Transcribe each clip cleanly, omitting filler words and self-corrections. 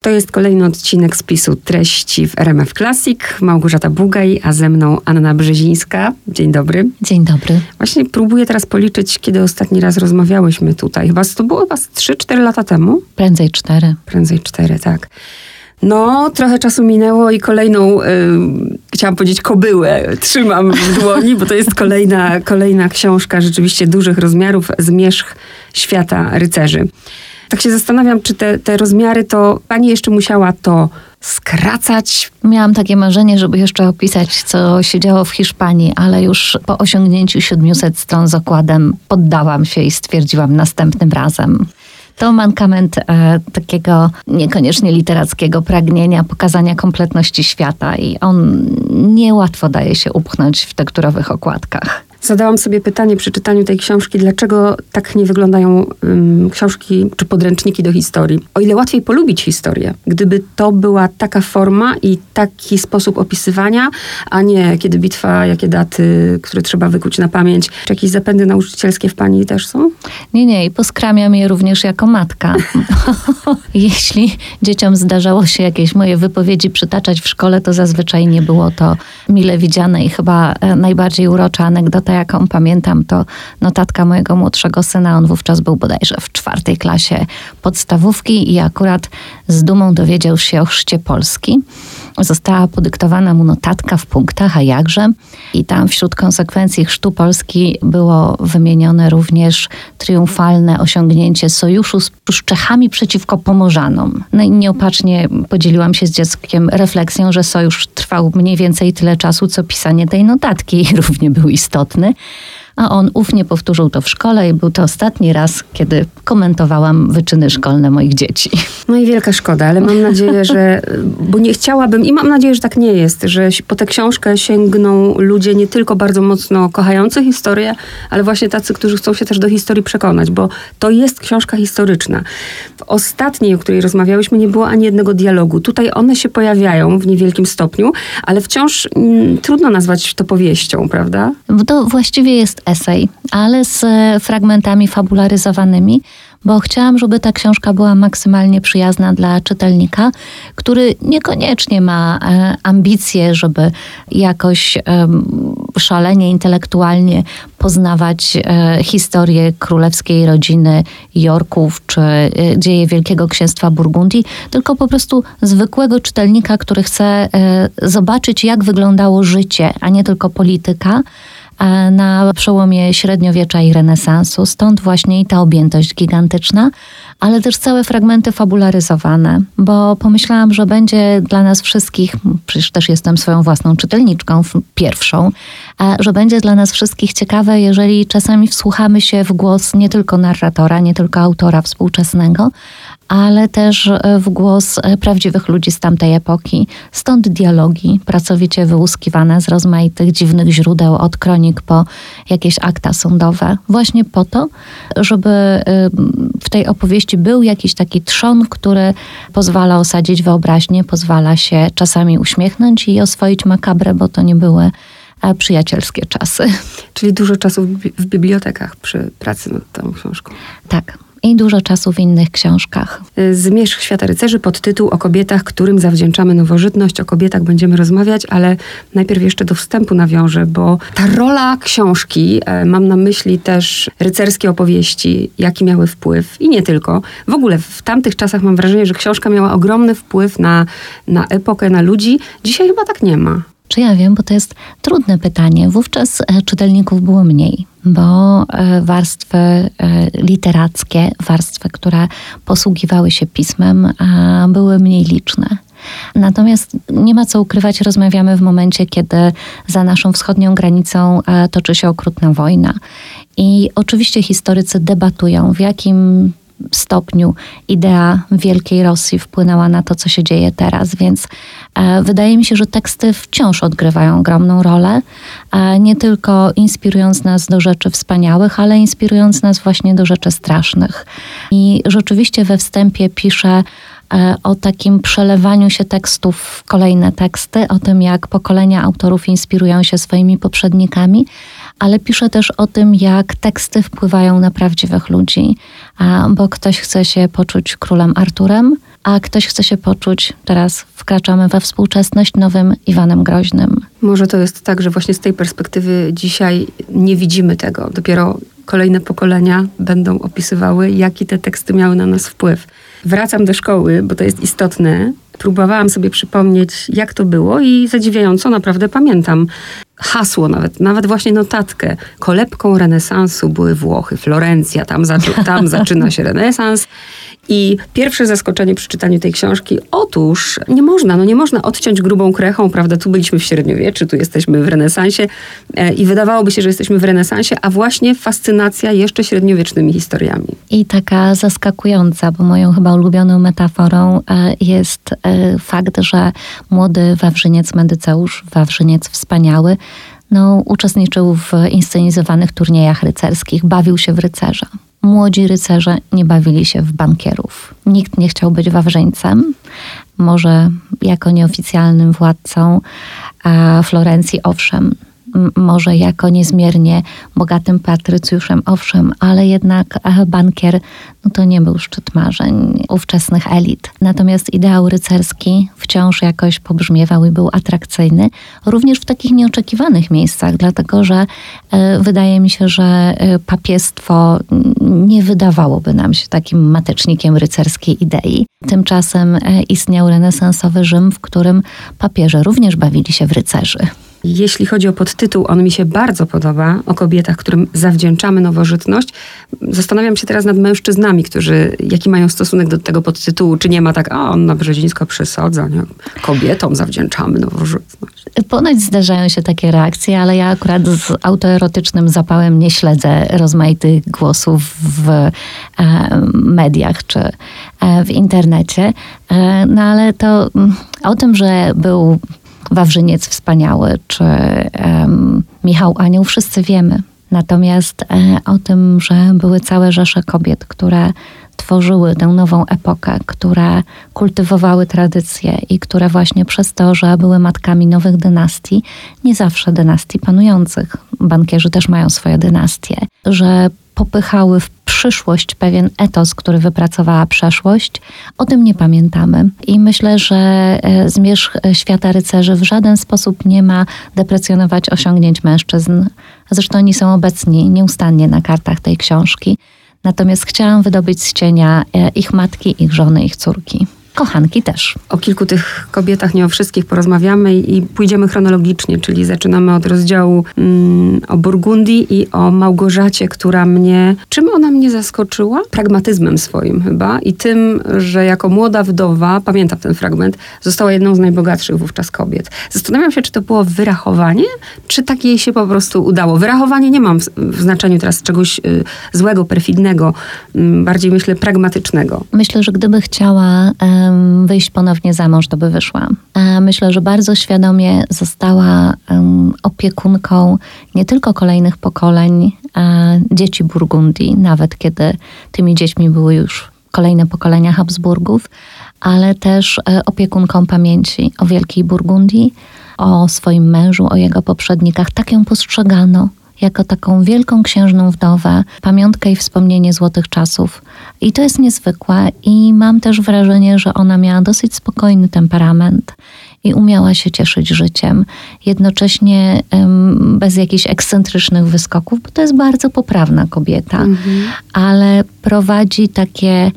To jest kolejny odcinek spisu treści w RMF Classic. Małgorzata Bugaj, a ze mną Anna Brzezińska. Dzień dobry. Dzień dobry. Właśnie próbuję teraz policzyć, kiedy ostatni raz rozmawiałyśmy tutaj. To było chyba 3-4 lata temu? Prędzej 4. Prędzej 4, tak. No, trochę czasu minęło i kolejną, chciałam powiedzieć kobyłę, trzymam w dłoni, bo to jest kolejna książka rzeczywiście dużych rozmiarów, Zmierzch świata rycerzy. Tak się zastanawiam, czy te rozmiary to pani jeszcze musiała to skracać? Miałam takie marzenie, żeby jeszcze opisać, co się działo w Hiszpanii, ale już po osiągnięciu 700 stron z okładem poddałam się i stwierdziłam następnym razem. To mankament takiego niekoniecznie literackiego pragnienia pokazania kompletności świata i on niełatwo daje się upchnąć w tekturowych okładkach. Zadałam sobie pytanie przy czytaniu tej książki, dlaczego tak nie wyglądają książki czy podręczniki do historii. O ile łatwiej polubić historię, gdyby to była taka forma i taki sposób opisywania, a nie kiedy bitwa, jakie daty, które trzeba wykuć na pamięć. Czy jakieś zapędy nauczycielskie w pani też są? Nie, i poskramiam je również jako matka. Jeśli dzieciom zdarzało się jakieś moje wypowiedzi przytaczać w szkole, to zazwyczaj nie było to mile widziane i chyba najbardziej urocza anegdota, jaką pamiętam, to notatka mojego młodszego syna. On wówczas był bodajże w 4. klasie podstawówki i akurat z dumą dowiedział się o chrzcie Polski. Została podyktowana mu notatka w punktach, a jakże. I tam wśród konsekwencji chrztu Polski było wymienione również triumfalne osiągnięcie sojuszu z Czechami przeciwko Pomorzanom. No i nieopatrznie podzieliłam się z dzieckiem refleksją, że sojusz trwał mniej więcej tyle czasu, co pisanie tej notatki i równie był istotny. A on ufnie powtórzył to w szkole i był to ostatni raz, kiedy komentowałam wyczyny szkolne moich dzieci. No i wielka szkoda, ale mam nadzieję, że, bo nie chciałabym i mam nadzieję, że tak nie jest, że po tę książkę sięgną ludzie nie tylko bardzo mocno kochający historię, ale właśnie tacy, którzy chcą się też do historii przekonać, bo to jest książka historyczna. W ostatniej, o której rozmawiałyśmy, nie było ani jednego dialogu. Tutaj one się pojawiają w niewielkim stopniu, ale wciąż trudno nazwać to powieścią, prawda? To właściwie jest esej, ale z fragmentami fabularyzowanymi, bo chciałam, żeby ta książka była maksymalnie przyjazna dla czytelnika, który niekoniecznie ma ambicje, żeby jakoś szalenie intelektualnie poznawać historię królewskiej rodziny Yorków czy dzieje Wielkiego Księstwa Burgundii, tylko po prostu zwykłego czytelnika, który chce zobaczyć, jak wyglądało życie, a nie tylko polityka, na przełomie średniowiecza i renesansu. Stąd właśnie i ta objętość gigantyczna, ale też całe fragmenty fabularyzowane, bo pomyślałam, że będzie dla nas wszystkich, przecież też jestem swoją własną czytelniczką, pierwszą, że będzie dla nas wszystkich ciekawe, jeżeli czasami wsłuchamy się w głos nie tylko narratora, nie tylko autora współczesnego, ale też w głos prawdziwych ludzi z tamtej epoki. Stąd dialogi pracowicie wyłuskiwane z rozmaitych dziwnych źródeł, od kronik po jakieś akta sądowe. Właśnie po to, żeby w tej opowieści był jakiś taki trzon, który pozwala osadzić wyobraźnię, pozwala się czasami uśmiechnąć i oswoić makabrę, bo to nie były przyjacielskie czasy. Czyli dużo czasu w bibliotekach przy pracy nad tą książką. Tak. I dużo czasu w innych książkach. Zmierzch świata rycerzy, podtytuł o kobietach, którym zawdzięczamy nowożytność. O kobietach będziemy rozmawiać, ale najpierw jeszcze do wstępu nawiążę, bo ta rola książki, mam na myśli też rycerskie opowieści, jaki miały wpływ i nie tylko. W ogóle w tamtych czasach mam wrażenie, że książka miała ogromny wpływ na epokę, na ludzi. Dzisiaj chyba tak nie ma. Czy ja wiem, bo to jest trudne pytanie. Wówczas czytelników było mniej, bo warstwy literackie, warstwy, które posługiwały się pismem, były mniej liczne. Natomiast nie ma co ukrywać, rozmawiamy w momencie, kiedy za naszą wschodnią granicą toczy się okrutna wojna. I oczywiście historycy debatują, w jakim stopniu idea Wielkiej Rosji wpłynęła na to, co się dzieje teraz, więc wydaje mi się, że teksty wciąż odgrywają ogromną rolę, nie tylko inspirując nas do rzeczy wspaniałych, ale inspirując nas właśnie do rzeczy strasznych. I rzeczywiście we wstępie piszę o takim przelewaniu się tekstów w kolejne teksty, o tym, jak pokolenia autorów inspirują się swoimi poprzednikami, ale piszę też o tym, jak teksty wpływają na prawdziwych ludzi, bo ktoś chce się poczuć królem Arturem, a ktoś chce się poczuć, teraz wkraczamy we współczesność, nowym Iwanem Groźnym. Może to jest tak, że właśnie z tej perspektywy dzisiaj nie widzimy tego. Dopiero kolejne pokolenia będą opisywały, jaki te teksty miały na nas wpływ. Wracam do szkoły, bo to jest istotne. Próbowałam sobie przypomnieć, jak to było i zadziwiająco naprawdę pamiętam. Hasło nawet właśnie notatkę. Kolebką renesansu były Włochy, Florencja, tam zaczyna się renesans. I pierwsze zaskoczenie przy czytaniu tej książki, otóż nie można odciąć grubą krechą, prawda, tu byliśmy w średniowieczu, tu jesteśmy w renesansie i wydawałoby się, że jesteśmy w renesansie, a właśnie fascynacja jeszcze średniowiecznymi historiami. I taka zaskakująca, bo moją chyba ulubioną metaforą jest fakt, że młody Wawrzyniec Medyceusz, Wawrzyniec wspaniały, uczestniczył w inscenizowanych turniejach rycerskich, bawił się w rycerza. Młodzi rycerze nie bawili się w bankierów. Nikt nie chciał być Wawrzyńcem. Może jako nieoficjalnym władcą Florencji, owszem. Może jako niezmiernie bogatym patrycjuszem, owszem, ale jednak bankier to nie był szczyt marzeń ówczesnych elit. Natomiast ideał rycerski wciąż jakoś pobrzmiewał i był atrakcyjny, również w takich nieoczekiwanych miejscach, dlatego że wydaje mi się, że papiestwo nie wydawałoby nam się takim matecznikiem rycerskiej idei. Tymczasem istniał renesansowy Rzym, w którym papieże również bawili się w rycerzy. Jeśli chodzi o podtytuł, on mi się bardzo podoba, o kobietach, którym zawdzięczamy nowożytność. Zastanawiam się teraz nad mężczyznami, jaki mają stosunek do tego podtytułu. Czy nie ma tak, Anna Brzezińska przesadza, nie? Kobietom zawdzięczamy nowożytność. Ponoć zdarzają się takie reakcje, ale ja akurat z autoerotycznym zapałem nie śledzę rozmaitych głosów w mediach czy w internecie. Ale to o tym, że był Wawrzyniec wspaniały, czy Michał Anioł, wszyscy wiemy. Natomiast o tym, że były całe rzesze kobiet, które tworzyły tę nową epokę, które kultywowały tradycje i które właśnie przez to, że były matkami nowych dynastii, nie zawsze dynastii panujących, bankierzy też mają swoje dynastie, że popychały w przyszłość pewien etos, który wypracowała przeszłość, o tym nie pamiętamy. I myślę, że zmierzch świata rycerzy w żaden sposób nie ma deprecjonować osiągnięć mężczyzn. Zresztą oni są obecni nieustannie na kartach tej książki. Natomiast chciałam wydobyć z cienia ich matki, ich żony, ich córki. Kochanki też. O kilku tych kobietach, nie o wszystkich, porozmawiamy i pójdziemy chronologicznie, czyli zaczynamy od rozdziału o Burgundii i o Małgorzacie, czym ona mnie zaskoczyła? Pragmatyzmem swoim chyba i tym, że jako młoda wdowa, pamiętam ten fragment, została jedną z najbogatszych wówczas kobiet. Zastanawiam się, czy to było wyrachowanie, czy tak jej się po prostu udało. Wyrachowanie nie mam w znaczeniu teraz czegoś złego, perfidnego, bardziej myślę pragmatycznego. Myślę, że gdyby chciała wyjść ponownie za mąż, to by wyszła. Myślę, że bardzo świadomie została opiekunką nie tylko kolejnych pokoleń dzieci Burgundii, nawet kiedy tymi dziećmi były już kolejne pokolenia Habsburgów, ale też opiekunką pamięci o Wielkiej Burgundii, o swoim mężu, o jego poprzednikach. Tak ją postrzegano, jako taką wielką księżną wdowę, pamiątkę i wspomnienie złotych czasów. I to jest niezwykłe i mam też wrażenie, że ona miała dosyć spokojny temperament i umiała się cieszyć życiem. Jednocześnie bez jakichś ekscentrycznych wyskoków, bo to jest bardzo poprawna kobieta, ale prowadzi takie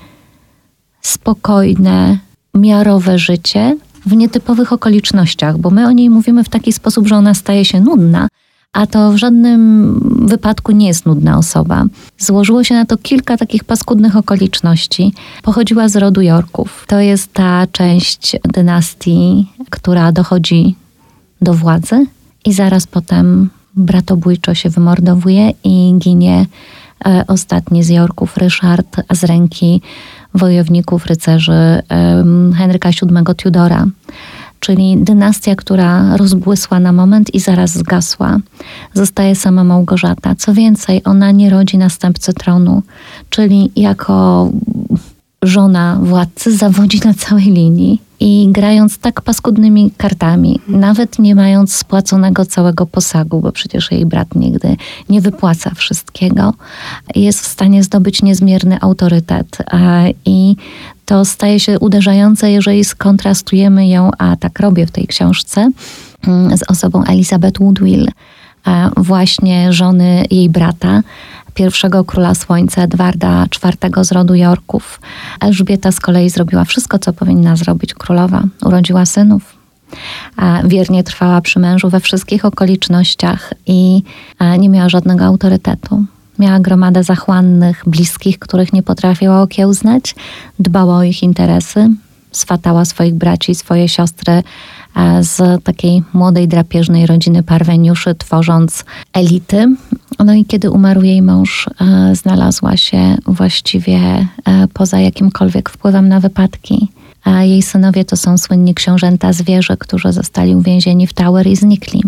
spokojne, miarowe życie w nietypowych okolicznościach, bo my o niej mówimy w taki sposób, że ona staje się nudna, a to w żadnym wypadku nie jest nudna osoba. Złożyło się na to kilka takich paskudnych okoliczności. Pochodziła z rodu Yorków. To jest ta część dynastii, która dochodzi do władzy i zaraz potem bratobójczo się wymordowuje i ginie ostatni z Yorków, Ryszard, z ręki wojowników, rycerzy Henryka VII Tudora. Czyli dynastia, która rozbłysła na moment i zaraz zgasła. Zostaje sama Małgorzata. Co więcej, ona nie rodzi następcy tronu, czyli jako żona władcy zawodzi na całej linii I grając tak paskudnymi kartami, nawet nie mając spłaconego całego posagu, bo przecież jej brat nigdy nie wypłaca wszystkiego, jest w stanie zdobyć niezmierny autorytet. I to staje się uderzające, jeżeli skontrastujemy ją, a tak robię w tej książce, z osobą Elizabeth Woodville, właśnie żony jej brata, pierwszego króla słońca, Edwarda IV z rodu Yorków. Elżbieta z kolei zrobiła wszystko, co powinna zrobić królowa. Urodziła synów, wiernie trwała przy mężu we wszystkich okolicznościach i nie miała żadnego autorytetu. Miała gromadę zachłannych, bliskich, których nie potrafiła okiełznać, dbała o ich interesy, swatała swoich braci i swoje siostry z takiej młodej, drapieżnej rodziny parweniuszy, tworząc elity. No i kiedy umarł jej mąż, znalazła się właściwie poza jakimkolwiek wpływem na wypadki. A jej synowie to są słynni książęta z wieży, którzy zostali uwięzieni w Tower i znikli.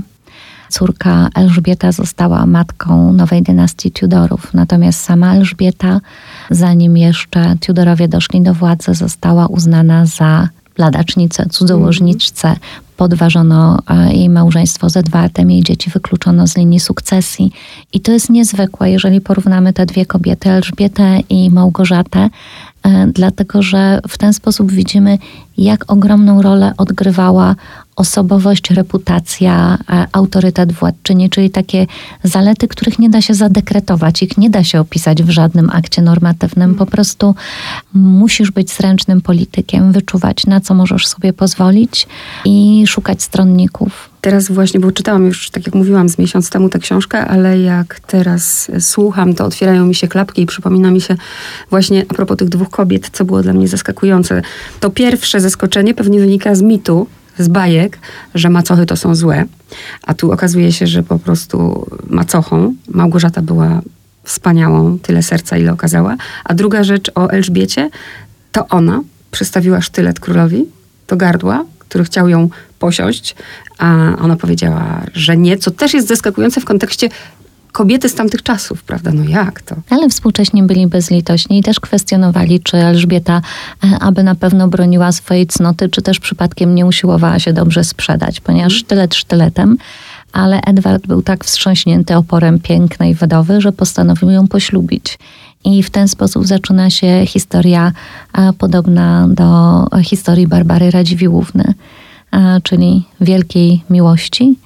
Córka Elżbieta została matką nowej dynastii Tudorów, natomiast sama Elżbieta, zanim jeszcze Tudorowie doszli do władzy, została uznana za ladacznicę, cudzołożniczce. Podważono jej małżeństwo z Edwardem, jej dzieci wykluczono z linii sukcesji. I to jest niezwykłe, jeżeli porównamy te dwie kobiety, Elżbietę i Małgorzatę, dlatego że w ten sposób widzimy, jak ogromną rolę odgrywała osobowość, reputacja, autorytet władczyni, czyli takie zalety, których nie da się zadekretować, ich nie da się opisać w żadnym akcie normatywnym. Po prostu musisz być zręcznym politykiem, wyczuwać, na co możesz sobie pozwolić i szukać stronników. Teraz właśnie, bo czytałam już, tak jak mówiłam, z miesiąc temu tę książkę, ale jak teraz słucham, to otwierają mi się klapki i przypomina mi się właśnie a propos tych dwóch kobiet, co było dla mnie zaskakujące. To pierwsze zaskoczenie pewnie wynika z mitu, z bajek, że macochy to są złe, a tu okazuje się, że po prostu macochą Małgorzata była wspaniałą, tyle serca, ile okazała. A druga rzecz o Elżbiecie, to ona przystawiła sztylet królowi do gardła, który chciał ją posiąść, a ona powiedziała, że nie, co też jest zaskakujące w kontekście kobiety z tamtych czasów, prawda? No jak to? Ale współcześni byli bezlitośni i też kwestionowali, czy Elżbieta aby na pewno broniła swojej cnoty, czy też przypadkiem nie usiłowała się dobrze sprzedać, ponieważ sztylet sztyletem, ale Edward był tak wstrząśnięty oporem pięknej wdowy, że postanowił ją poślubić. I w ten sposób zaczyna się historia podobna do historii Barbary Radziwiłłówny, czyli wielkiej miłości,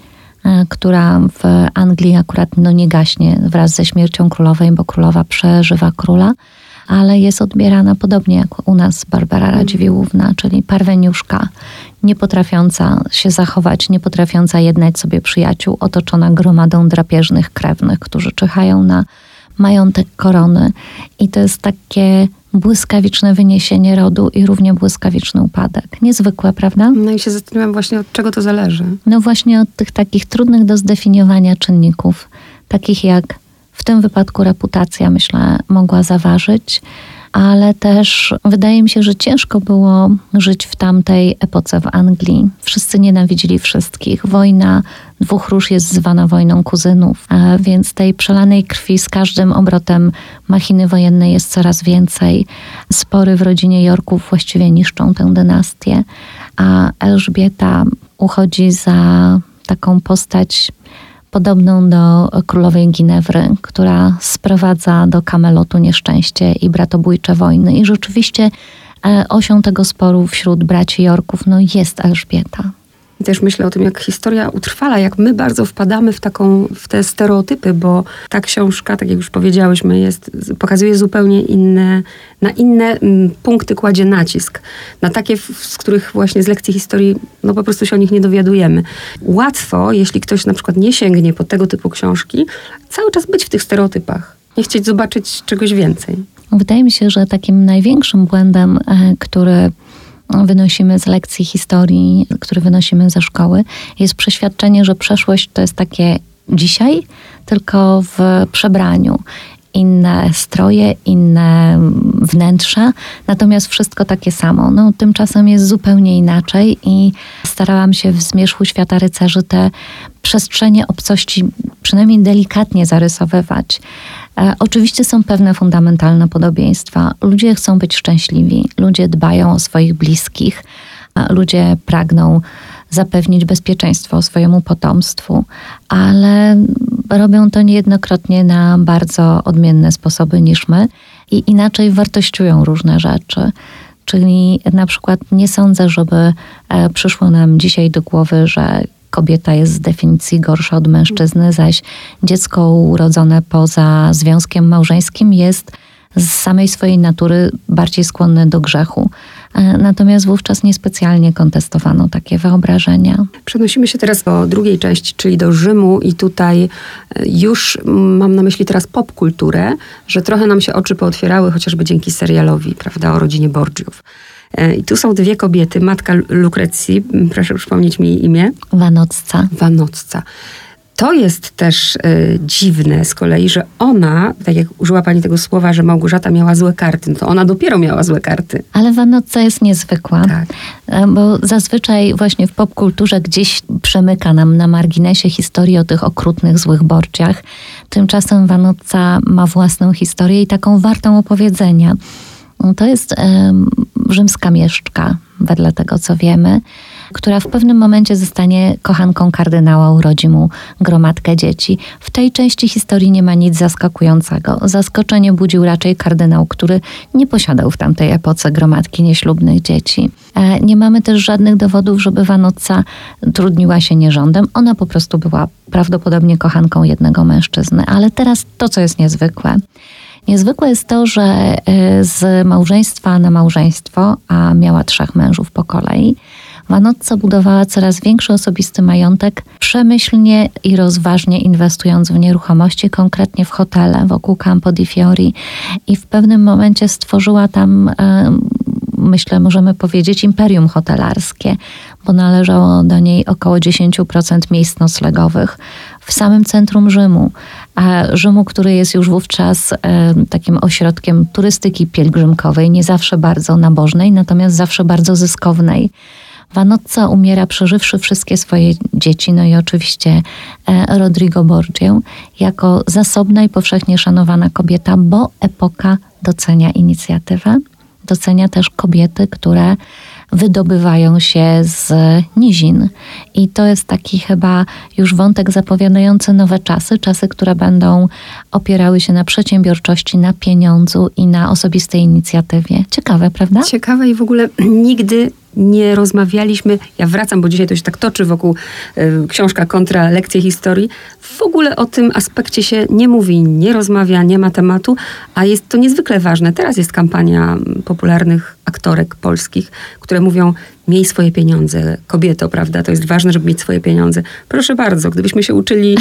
która w Anglii akurat nie gaśnie wraz ze śmiercią królowej, bo królowa przeżywa króla, ale jest odbierana podobnie jak u nas Barbara Radziwiłłówna, czyli parweniuszka, nie potrafiąca się zachować, nie potrafiąca jednać sobie przyjaciół, otoczona gromadą drapieżnych krewnych, którzy czyhają na majątek korony. I to jest takie błyskawiczne wyniesienie rodu i równie błyskawiczny upadek. Niezwykłe, prawda? No i się zastanawiam właśnie, od czego to zależy. No właśnie od tych takich trudnych do zdefiniowania czynników, takich jak w tym wypadku reputacja, myślę, mogła zaważyć, ale też wydaje mi się, że ciężko było żyć w tamtej epoce w Anglii. Wszyscy nienawidzili wszystkich. Wojna dwóch róż jest zwana wojną kuzynów, więc tej przelanej krwi z każdym obrotem machiny wojennej jest coraz więcej. Spory w rodzinie Yorków właściwie niszczą tę dynastię, a Elżbieta uchodzi za taką postać podobną do królowej Ginewry, która sprowadza do Kamelotu nieszczęście i bratobójcze wojny. I rzeczywiście osią tego sporu wśród braci Yorków jest Elżbieta. I też myślę o tym, jak historia utrwala, jak my bardzo wpadamy w te stereotypy, bo ta książka, tak jak już powiedziałyśmy, pokazuje zupełnie na inne punkty kładzie nacisk. Na takie, z których właśnie z lekcji historii, po prostu się o nich nie dowiadujemy. Łatwo, jeśli ktoś na przykład nie sięgnie po tego typu książki, cały czas być w tych stereotypach. Nie chcieć zobaczyć czegoś więcej. Wydaje mi się, że takim największym błędem, który wynosimy z lekcji historii, który wynosimy ze szkoły, jest przeświadczenie, że przeszłość to jest takie dzisiaj, tylko w przebraniu. Inne stroje, inne wnętrza, natomiast wszystko takie samo. Tymczasem jest zupełnie inaczej i starałam się w Zmierzchu Świata Rycerzy te przestrzenie obcości przynajmniej delikatnie zarysowywać. Oczywiście są pewne fundamentalne podobieństwa. Ludzie chcą być szczęśliwi, ludzie dbają o swoich bliskich, ludzie pragną zapewnić bezpieczeństwo swojemu potomstwu, ale robią to niejednokrotnie na bardzo odmienne sposoby niż my i inaczej wartościują różne rzeczy. Czyli na przykład nie sądzę, żeby przyszło nam dzisiaj do głowy, że kobieta jest z definicji gorsza od mężczyzny, zaś dziecko urodzone poza związkiem małżeńskim jest z samej swojej natury bardziej skłonne do grzechu. Natomiast wówczas niespecjalnie kontestowano takie wyobrażenia. Przenosimy się teraz do drugiej części, czyli do Rzymu i tutaj już mam na myśli teraz popkulturę, że trochę nam się oczy pootwierały chociażby dzięki serialowi, prawda, o rodzinie Borgiów. I tu są dwie kobiety, matka Lukrecji, proszę przypomnieć mi imię. Vanozza. To jest też dziwne z kolei, że ona, tak jak użyła pani tego słowa, że Małgorzata miała złe karty, no to ona dopiero miała złe karty. Ale Vanozza jest niezwykła, tak. Bo zazwyczaj właśnie w popkulturze gdzieś przemyka nam na marginesie historii o tych okrutnych, złych Borgiach. Tymczasem Vanozza ma własną historię i taką wartą opowiedzenia. To jest rzymska mieszczka, wedle tego co wiemy, która w pewnym momencie zostanie kochanką kardynała, urodzi mu gromadkę dzieci. W tej części historii nie ma nic zaskakującego. Zaskoczenie budził raczej kardynał, który nie posiadał w tamtej epoce gromadki nieślubnych dzieci. Nie mamy też żadnych dowodów, żeby Vanozza trudniła się nierządem. Ona po prostu była prawdopodobnie kochanką jednego mężczyzny. Ale teraz to, co jest niezwykłe. Niezwykłe jest to, że z małżeństwa na małżeństwo, a miała 3 mężów po kolei, Vanozza budowała coraz większy osobisty majątek, przemyślnie i rozważnie inwestując w nieruchomości, konkretnie w hotele wokół Campo di Fiori. I w pewnym momencie stworzyła tam, myślę, możemy powiedzieć, imperium hotelarskie, bo należało do niej około 10% miejsc noclegowych w samym centrum Rzymu. Rzymu, który jest już wówczas takim ośrodkiem turystyki pielgrzymkowej, nie zawsze bardzo nabożnej, natomiast zawsze bardzo zyskownej. Vanozza umiera, przeżywszy wszystkie swoje dzieci, no i oczywiście Rodrigo Borgię, jako zasobna i powszechnie szanowana kobieta, bo epoka docenia inicjatywę. Docenia też kobiety, które wydobywają się z nizin. I to jest taki chyba już wątek zapowiadający nowe czasy, które będą opierały się na przedsiębiorczości, na pieniądzu i na osobistej inicjatywie. Ciekawe, prawda? Ciekawe i w ogóle nigdy nie rozmawialiśmy, ja wracam, bo dzisiaj to się tak toczy wokół książka kontra lekcje historii, w ogóle o tym aspekcie się nie mówi, nie rozmawia, nie ma tematu, a jest to niezwykle ważne. Teraz jest kampania popularnych aktorek polskich, które mówią: miej swoje pieniądze, kobieto, prawda? To jest ważne, żeby mieć swoje pieniądze. Proszę bardzo, gdybyśmy się uczyli...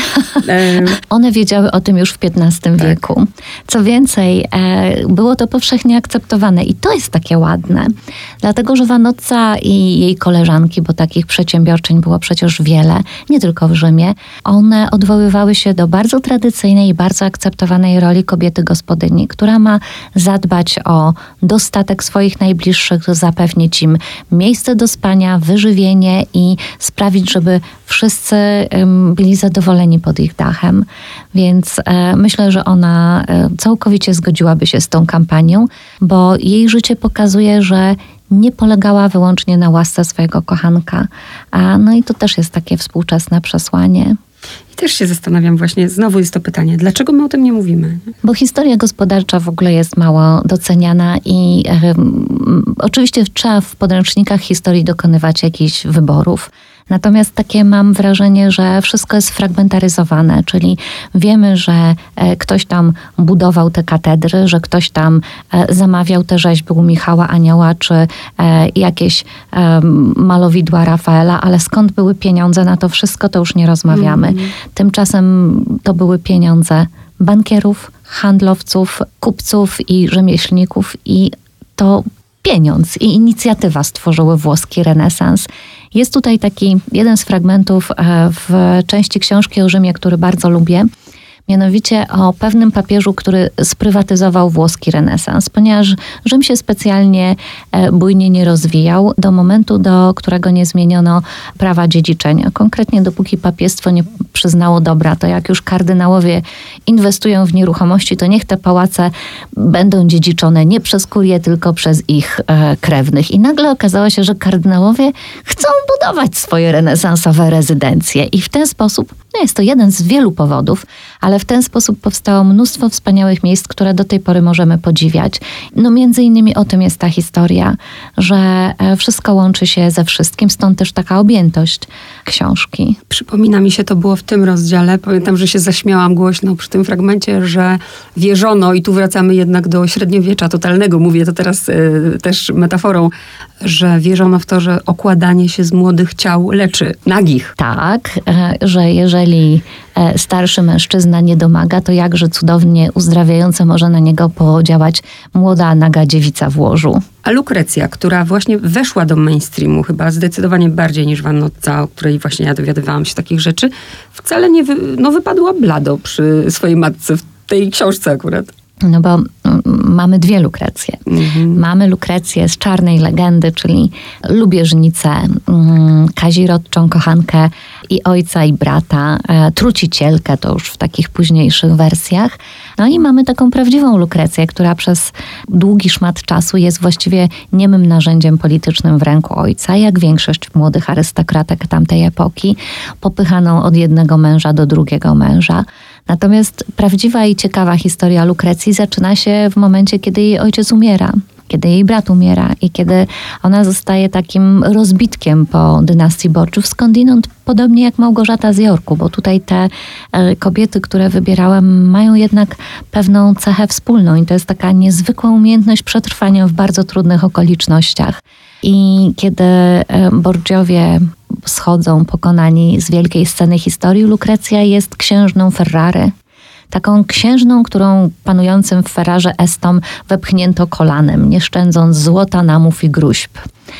One wiedziały o tym już w XV wieku. Co więcej, było to powszechnie akceptowane i to jest takie ładne. Dlatego, że Vanozza i jej koleżanki, bo takich przedsiębiorczyń było przecież wiele, nie tylko w Rzymie, one odwoływały się do bardzo tradycyjnej i bardzo akceptowanej roli kobiety gospodyni, która ma zadbać o dostatek swoich najbliższych, zapewnić im miejsce do spania, wyżywienie i sprawić, żeby wszyscy byli zadowoleni pod ich dachem. Więc myślę, że ona całkowicie zgodziłaby się z tą kampanią, bo jej życie pokazuje, że nie polegała wyłącznie na łasce swojego kochanka. No i to też jest takie współczesne przesłanie. I też się zastanawiam właśnie, znowu jest to pytanie, dlaczego my o tym nie mówimy? Bo historia gospodarcza w ogóle jest mało doceniana i oczywiście trzeba w podręcznikach historii dokonywać jakichś wyborów. Natomiast takie mam wrażenie, że wszystko jest fragmentaryzowane, czyli wiemy, że ktoś tam budował te katedry, że ktoś tam zamawiał te rzeźby u Michała Anioła, czy jakieś malowidła Rafaela, ale skąd były pieniądze na to wszystko, to już nie rozmawiamy. Tymczasem to były pieniądze bankierów, handlowców, kupców i rzemieślników i to pieniądz i inicjatywa stworzyły włoski renesans. Jest tutaj taki jeden z fragmentów w części książki o Rzymie, który bardzo lubię. Mianowicie o pewnym papieżu, który sprywatyzował włoski renesans, ponieważ Rzym się specjalnie bujnie nie rozwijał do momentu, do którego nie zmieniono prawa dziedziczenia. Konkretnie dopóki papiestwo nie przyznało dobra, to jak już kardynałowie inwestują w nieruchomości, to niech te pałace będą dziedziczone nie przez kurię, tylko przez ich krewnych. I nagle okazało się, że kardynałowie chcą budować swoje renesansowe rezydencje. I w ten sposób, jest to jeden z wielu powodów, ale w ten sposób powstało mnóstwo wspaniałych miejsc, które do tej pory możemy podziwiać. Między innymi o tym jest ta historia, że wszystko łączy się ze wszystkim, stąd też taka objętość książki. Przypomina mi się, to było w tym rozdziale. Pamiętam, że się zaśmiałam głośno przy tym fragmencie, że wierzono, i tu wracamy jednak do średniowiecza totalnego, mówię to teraz też metaforą, że wierzono w to, że okładanie się z młodych ciał leczy nagich. Tak, że jeżeli starszy mężczyzna nie domaga, to jakże cudownie uzdrawiająco może na niego podziałać młoda, naga dziewica w łożu. A Lukrecja, która właśnie weszła do mainstreamu chyba zdecydowanie bardziej niż Vannozza, o której właśnie ja dowiadywałam się takich rzeczy, wcale nie wypadła blado przy swojej matce w tej książce akurat. Bo mamy dwie Lukrecje. Mamy Lukrecję z Czarnej Legendy, czyli lubieżnicę, kazirodczą kochankę i ojca i brata, trucicielkę, to już w takich późniejszych wersjach. I mamy taką prawdziwą Lukrecję, która przez długi szmat czasu jest właściwie niemym narzędziem politycznym w ręku ojca, jak większość młodych arystokratek tamtej epoki, popychaną od jednego męża do drugiego męża. Natomiast prawdziwa i ciekawa historia Lukrecji zaczyna się w momencie, kiedy jej ojciec umiera, kiedy jej brat umiera i kiedy ona zostaje takim rozbitkiem po dynastii Borgiów, skądinąd podobnie jak Małgorzata z Jorku, bo tutaj te kobiety, które wybierałem, mają jednak pewną cechę wspólną i to jest taka niezwykła umiejętność przetrwania w bardzo trudnych okolicznościach. I kiedy Borgiowie schodzą pokonani z wielkiej sceny historii, Lukrecja jest księżną Ferrary. Taką księżną, którą panującym w Ferrarze Estom wepchnięto kolanem, nie szczędząc złota, namów i gruźb.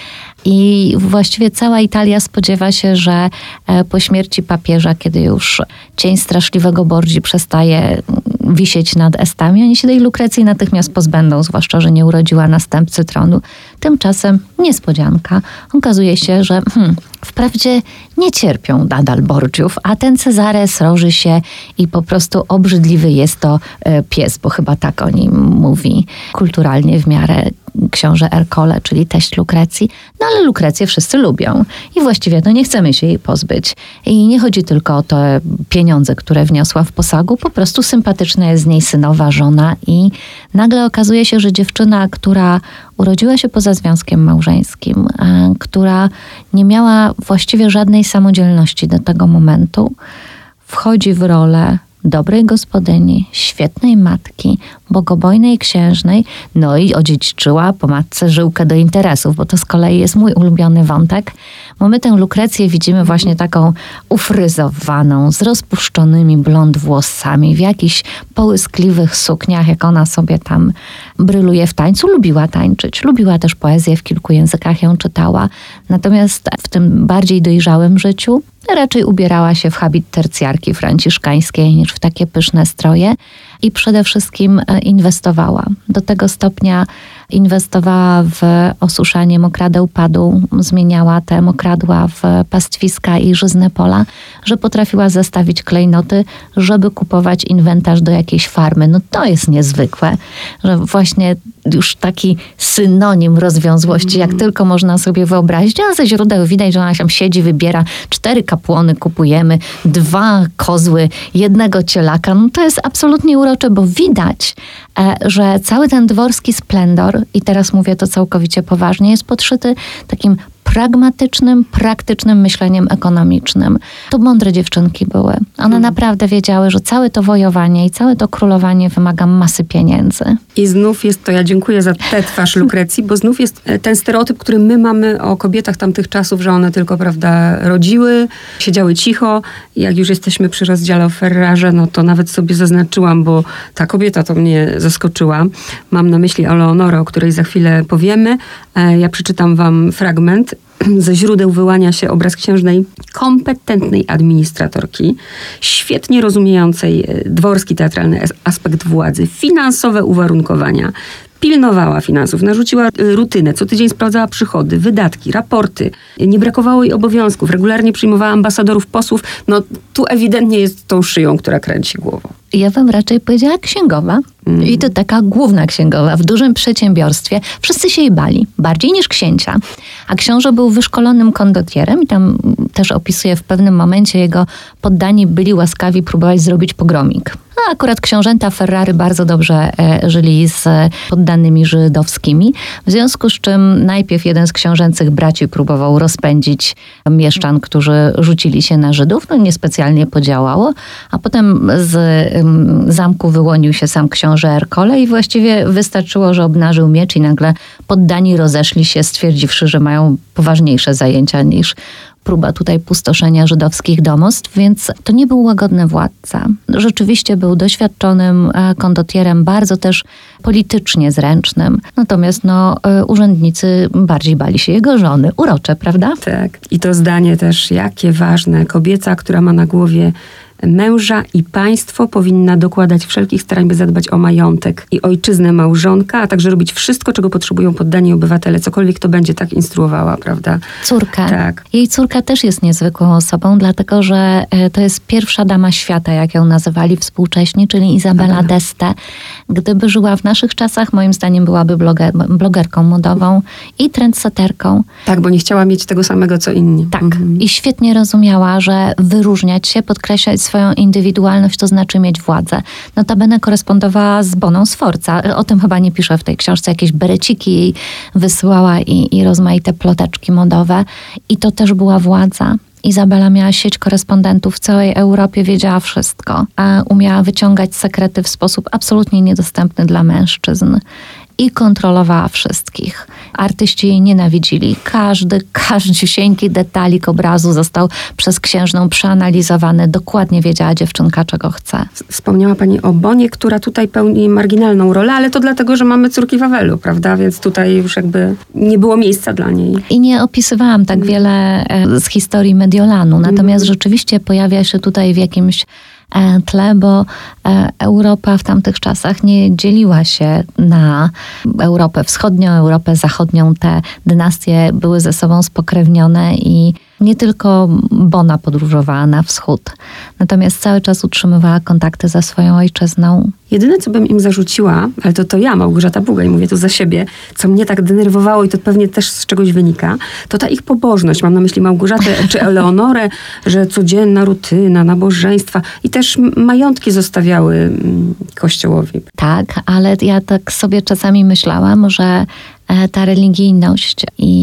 I właściwie cała Italia spodziewa się, że po śmierci papieża, kiedy już cień straszliwego Borgi przestaje wisieć nad Estami, oni się tej Lukrecji natychmiast pozbędą, zwłaszcza, że nie urodziła następcy tronu. Tymczasem niespodzianka. Okazuje się, że wprawdzie nie cierpią nadal Borgiów, a ten Cezare sroży się i po prostu obrzydliwy jest to pies, bo chyba tak o nim mówi kulturalnie w miarę książę Ercole, czyli teść Lukrecji. Ale Lukrecję wszyscy lubią i właściwie nie chcemy się jej pozbyć. I nie chodzi tylko o te pieniądze, które wniosła w posagu, po prostu sympatyczna jest z niej synowa, żona i nagle okazuje się, że dziewczyna, która urodziła się poza związkiem małżeńskim, która nie miała właściwie żadnej samodzielności do tego momentu, wchodzi w rolę dobrej gospodyni, świetnej matki, bogobojnej księżnej, i odziedziczyła po matce żyłkę do interesów, bo to z kolei jest mój ulubiony wątek, bo my tę Lukrecję widzimy właśnie taką ufryzowaną, z rozpuszczonymi blond włosami, w jakichś połyskliwych sukniach, jak ona sobie tam bryluje w tańcu. Lubiła tańczyć, lubiła też poezję, w kilku językach ją czytała, natomiast w tym bardziej dojrzałym życiu raczej ubierała się w habit tercjarki franciszkańskiej niż w takie pyszne stroje i przede wszystkim inwestowała. Do tego stopnia inwestowała w osuszanie mokradeł padu, zmieniała te mokradła w pastwiska i żyzne pola, że potrafiła zestawić klejnoty, żeby kupować inwentarz do jakiejś farmy. To jest niezwykłe, że właśnie już taki synonim rozwiązłości, jak tylko można sobie wyobrazić, a ze źródeł widać, że ona tam siedzi, wybiera 4 kapłony, kupujemy 2 kozły, 1 cielaka. To jest absolutnie urocze, bo widać, że cały ten dworski splendor, i teraz mówię to całkowicie poważnie, jest podszyty takim pragmatycznym, praktycznym myśleniem ekonomicznym. To mądre dziewczynki były. One naprawdę wiedziały, że całe to wojowanie i całe to królowanie wymaga masy pieniędzy. I znów jest to, ja dziękuję za tę twarz Lukrecji, bo znów jest ten stereotyp, który my mamy o kobietach tamtych czasów, że one tylko, rodziły, siedziały cicho. I jak już jesteśmy przy rozdziale o Ferrarze, to nawet sobie zaznaczyłam, bo ta kobieta to mnie zaskoczyła. Mam na myśli Eleonorę, o której za chwilę powiemy. Ja przeczytam wam fragment. ze źródeł wyłania się obraz księżnej kompetentnej administratorki, świetnie rozumiejącej dworski teatralny aspekt władzy, finansowe uwarunkowania, pilnowała finansów, narzuciła rutynę, co tydzień sprawdzała przychody, wydatki, raporty. Nie brakowało jej obowiązków, regularnie przyjmowała ambasadorów, posłów. No tu ewidentnie jest tą szyją, która kręci głową. Ja bym raczej powiedziała księgowa. I to taka główna księgowa w dużym przedsiębiorstwie. Wszyscy się jej bali, bardziej niż księcia. A książę był wyszkolonym kondotierem i tam też opisuje w pewnym momencie jego poddani byli łaskawi próbować zrobić pogromik. A akurat książęta Ferrary bardzo dobrze żyli z poddanymi żydowskimi, w związku z czym najpierw jeden z książęcych braci próbował rozpędzić mieszczan, którzy rzucili się na Żydów. No niespecjalnie podziałało, a potem z zamku wyłonił się sam książę Ercole i właściwie wystarczyło, że obnażył miecz i nagle poddani rozeszli się, stwierdziwszy, że mają poważniejsze zajęcia niż próba tutaj pustoszenia żydowskich domostw, więc to nie był łagodny władca. Rzeczywiście był doświadczonym kondotierem, bardzo też politycznie zręcznym. Natomiast urzędnicy bardziej bali się jego żony. Urocze, prawda? Tak. I to zdanie też, jakie ważne. Kobieta, która ma na głowie męża i państwo, powinna dokładać wszelkich starań, by zadbać o majątek i ojczyznę małżonka, a także robić wszystko, czego potrzebują poddani obywatele, cokolwiek to będzie, tak instruowała, prawda? Córkę. Tak. Jej córka też jest niezwykłą osobą, dlatego że to jest pierwsza dama świata, jak ją nazywali współcześni, czyli Izabela d'Este. Gdyby żyła w naszych czasach, moim zdaniem byłaby blogerką modową i trendsetterką. Tak, bo nie chciała mieć tego samego, co inni. Tak. I świetnie rozumiała, że wyróżniać się, podkreślać swoją indywidualność, to znaczy mieć władzę. Notabene korespondowała z Boną Sforza. O tym chyba nie pisze w tej książce. Jakieś bereciki jej wysyłała i rozmaite ploteczki modowe. I to też była władza. Izabela miała sieć korespondentów w całej Europie, wiedziała wszystko, a umiała wyciągać sekrety w sposób absolutnie niedostępny dla mężczyzn. I kontrolowała wszystkich. Artyści jej nienawidzili. Każdziusieńki detalik obrazu został przez księżną przeanalizowany. Dokładnie wiedziała dziewczynka, czego chce. Wspomniała pani o Bonie, która tutaj pełni marginalną rolę, ale to dlatego, że mamy córki Wawelu, prawda? Więc tutaj już jakby nie było miejsca dla niej. I nie opisywałam tak wiele z historii Mediolanu. Natomiast rzeczywiście pojawia się tutaj w jakimś tle, bo Europa w tamtych czasach nie dzieliła się na Europę wschodnią, Europę zachodnią. Te dynastie były ze sobą spokrewnione i nie tylko Bona podróżowała na wschód, natomiast cały czas utrzymywała kontakty ze swoją ojczyzną. Jedyne, co bym im zarzuciła, ale to ja, Małgorzata Bugaj, mówię tu za siebie, co mnie tak denerwowało i to pewnie też z czegoś wynika, to ta ich pobożność. Mam na myśli Małgorzatę czy Eleonorę, że codzienna rutyna, nabożeństwa i też majątki zostawiały Kościołowi. Tak, ale ja tak sobie czasami myślałam, że ta religijność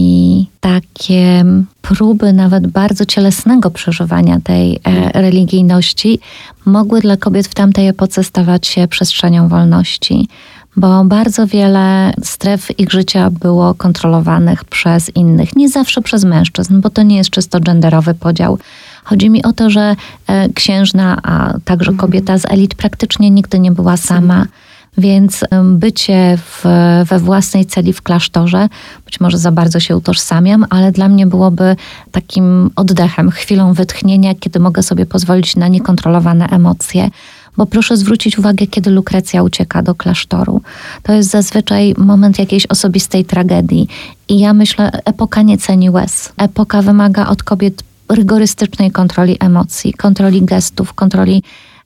i takie próby nawet bardzo cielesnego przeżywania tej religijności mogły dla kobiet w tamtej epoce stawać się przestrzenią wolności, bo bardzo wiele stref ich życia było kontrolowanych przez innych, nie zawsze przez mężczyzn, bo to nie jest czysto genderowy podział. Chodzi mi o to, że księżna, a także kobieta z elit praktycznie nigdy nie była sama. Więc bycie we własnej celi w klasztorze, być może za bardzo się utożsamiam, ale dla mnie byłoby takim oddechem, chwilą wytchnienia, kiedy mogę sobie pozwolić na niekontrolowane emocje. Bo proszę zwrócić uwagę, kiedy Lukrecja ucieka do klasztoru. To jest zazwyczaj moment jakiejś osobistej tragedii. I ja myślę, epoka nie ceni łez. Epoka wymaga od kobiet rygorystycznej kontroli emocji, kontroli gestów, kontroli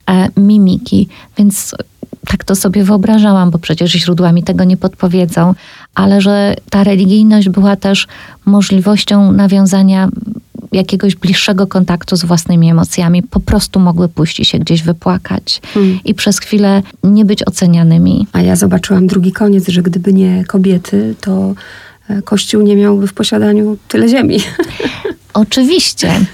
mimiki. Więc tak to sobie wyobrażałam, bo przecież źródła mi tego nie podpowiedzą, ale że ta religijność była też możliwością nawiązania jakiegoś bliższego kontaktu z własnymi emocjami. Po prostu mogły pójść i się gdzieś wypłakać i przez chwilę nie być ocenianymi. A ja zobaczyłam drugi koniec, że gdyby nie kobiety, to Kościół nie miałby w posiadaniu tyle ziemi.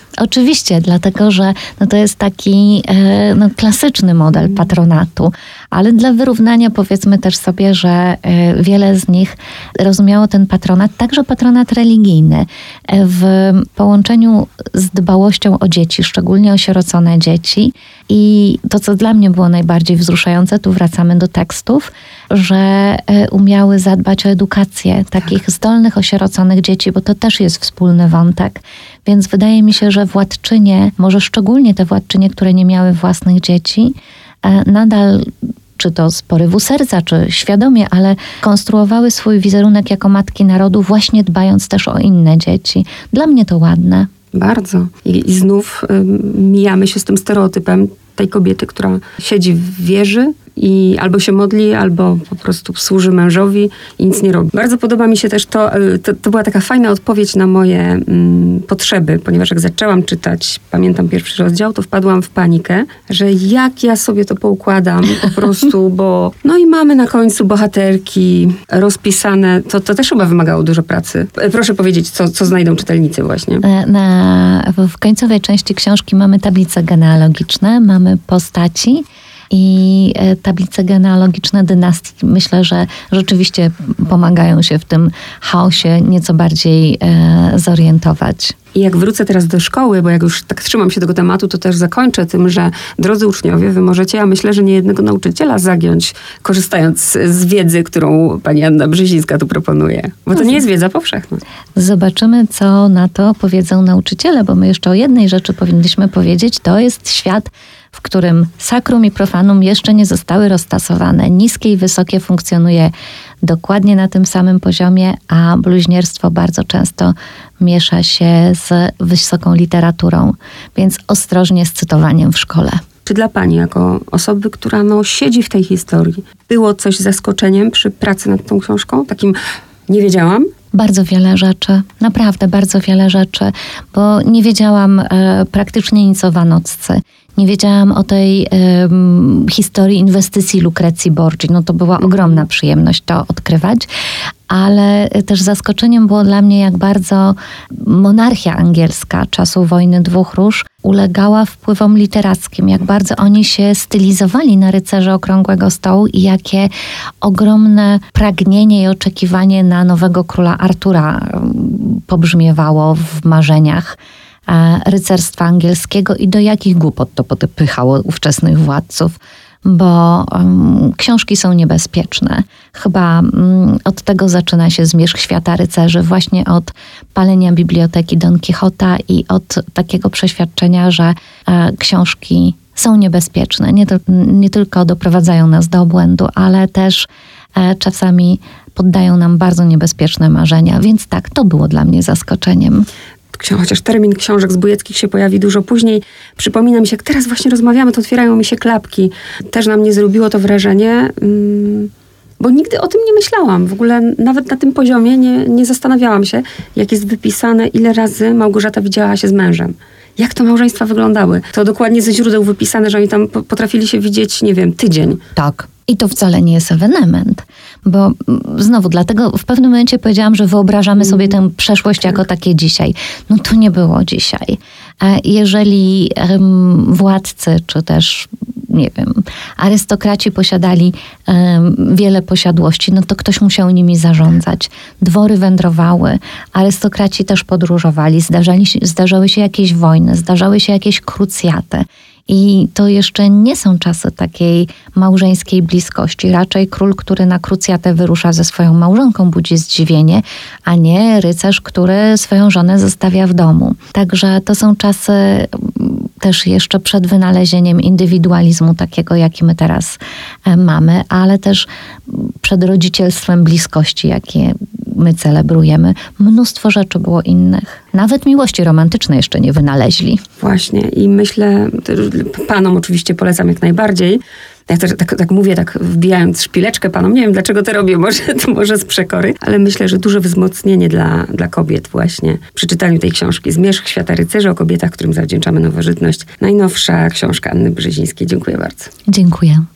Oczywiście, dlatego że to jest taki klasyczny model patronatu, Ale dla wyrównania powiedzmy też sobie, że wiele z nich rozumiało ten patronat, także patronat religijny, w połączeniu z dbałością o dzieci, szczególnie osierocone dzieci. I to, co dla mnie było najbardziej wzruszające, tu wracamy do tekstów, że umiały zadbać o edukację takich zdolnych, osieroconych dzieci, bo to też jest wspólny wątek. Więc wydaje mi się, że władczynie, może szczególnie te władczynie, które nie miały własnych dzieci, nadal, czy to z porywu serca, czy świadomie, ale konstruowały swój wizerunek jako matki narodu, właśnie dbając też o inne dzieci. Dla mnie to ładne. Bardzo. I znów mijamy się z tym stereotypem tej kobiety, która siedzi w wieży i albo się modli, albo po prostu służy mężowi i nic nie robi. Bardzo podoba mi się też to była taka fajna odpowiedź na moje potrzeby, ponieważ jak zaczęłam czytać, pamiętam pierwszy rozdział, to wpadłam w panikę, że jak ja sobie to poukładam po prostu, bo no i mamy na końcu bohaterki rozpisane, to też chyba wymagało dużo pracy. Proszę powiedzieć, co znajdą czytelnicy właśnie. W końcowej części książki mamy tablice genealogiczne, mamy postaci, i tablice genealogiczne dynastii, myślę, że rzeczywiście pomagają się w tym chaosie nieco bardziej zorientować. I jak wrócę teraz do szkoły, bo jak już tak trzymam się tego tematu, to też zakończę tym, że drodzy uczniowie, wy możecie, ja myślę, że niejednego nauczyciela zagiąć, korzystając z wiedzy, którą pani Anna Brzezińska tu proponuje. Bo to nie jest wiedza powszechna. Zobaczymy, co na to powiedzą nauczyciele, bo my jeszcze o jednej rzeczy powinniśmy powiedzieć. To jest świat, w którym sakrum i profanum jeszcze nie zostały roztasowane. Niskie i wysokie funkcjonuje dokładnie na tym samym poziomie, a bluźnierstwo bardzo często miesza się z wysoką literaturą, więc ostrożnie z cytowaniem w szkole. Czy dla pani, jako osoby, która siedzi w tej historii, było coś zaskoczeniem przy pracy nad tą książką? Takim nie wiedziałam? Bardzo wiele rzeczy, naprawdę bardzo wiele rzeczy, bo nie wiedziałam praktycznie nic o Wanoccy. Nie wiedziałam o tej historii inwestycji Lukrecji Borgi. To była ogromna przyjemność to odkrywać, ale też zaskoczeniem było dla mnie, jak bardzo monarchia angielska czasu wojny Dwóch Róż ulegała wpływom literackim, jak bardzo oni się stylizowali na rycerzy Okrągłego Stołu i jakie ogromne pragnienie i oczekiwanie na nowego króla Artura pobrzmiewało w marzeniach rycerstwa angielskiego i do jakich głupot to podpychało ówczesnych władców, bo książki są niebezpieczne. Chyba od tego zaczyna się zmierzch świata rycerzy, właśnie od palenia biblioteki Don Quixota i od takiego przeświadczenia, że książki są niebezpieczne. Nie tylko doprowadzają nas do obłędu, ale też czasami poddają nam bardzo niebezpieczne marzenia. Więc tak, to było dla mnie zaskoczeniem. Chociaż termin książek zbójeckich się pojawi dużo później. Przypomina mi się, jak teraz właśnie rozmawiamy, to otwierają mi się klapki. Też na mnie zrobiło to wrażenie, bo nigdy o tym nie myślałam. W ogóle nawet na tym poziomie nie zastanawiałam się, jak jest wypisane, ile razy Małgorzata widziała się z mężem. Jak to małżeństwa wyglądały. To dokładnie ze źródeł wypisane, że oni tam potrafili się widzieć, nie wiem, tydzień. Tak. I to wcale nie jest ewenement, bo znowu dlatego w pewnym momencie powiedziałam, że wyobrażamy sobie tę przeszłość jako takie dzisiaj. To nie było dzisiaj. Jeżeli władcy, czy też, nie wiem, arystokraci posiadali wiele posiadłości, to ktoś musiał nimi zarządzać. Dwory wędrowały, arystokraci też podróżowali, zdarzały się jakieś wojny, zdarzały się jakieś krucjaty. I to jeszcze nie są czasy takiej małżeńskiej bliskości. Raczej król, który na krucjatę wyrusza ze swoją małżonką, budzi zdziwienie, a nie rycerz, który swoją żonę zostawia w domu. Także to są czasy też jeszcze przed wynalezieniem indywidualizmu takiego, jaki my teraz mamy, ale też przed rodzicielstwem bliskości, jakie my celebrujemy. Mnóstwo rzeczy było innych. Nawet miłości romantycznej jeszcze nie wynaleźli. Właśnie i myślę, panom oczywiście polecam jak najbardziej. Ja też tak mówię, tak wbijając szpileczkę panom. Nie wiem, dlaczego to robię, może z przekory, ale myślę, że duże wzmocnienie dla kobiet właśnie przy czytaniu tej książki. Zmierzch świata rycerzy o kobietach, którym zawdzięczamy nowożytność. Najnowsza książka Anny Brzezińskiej. Dziękuję bardzo. Dziękuję.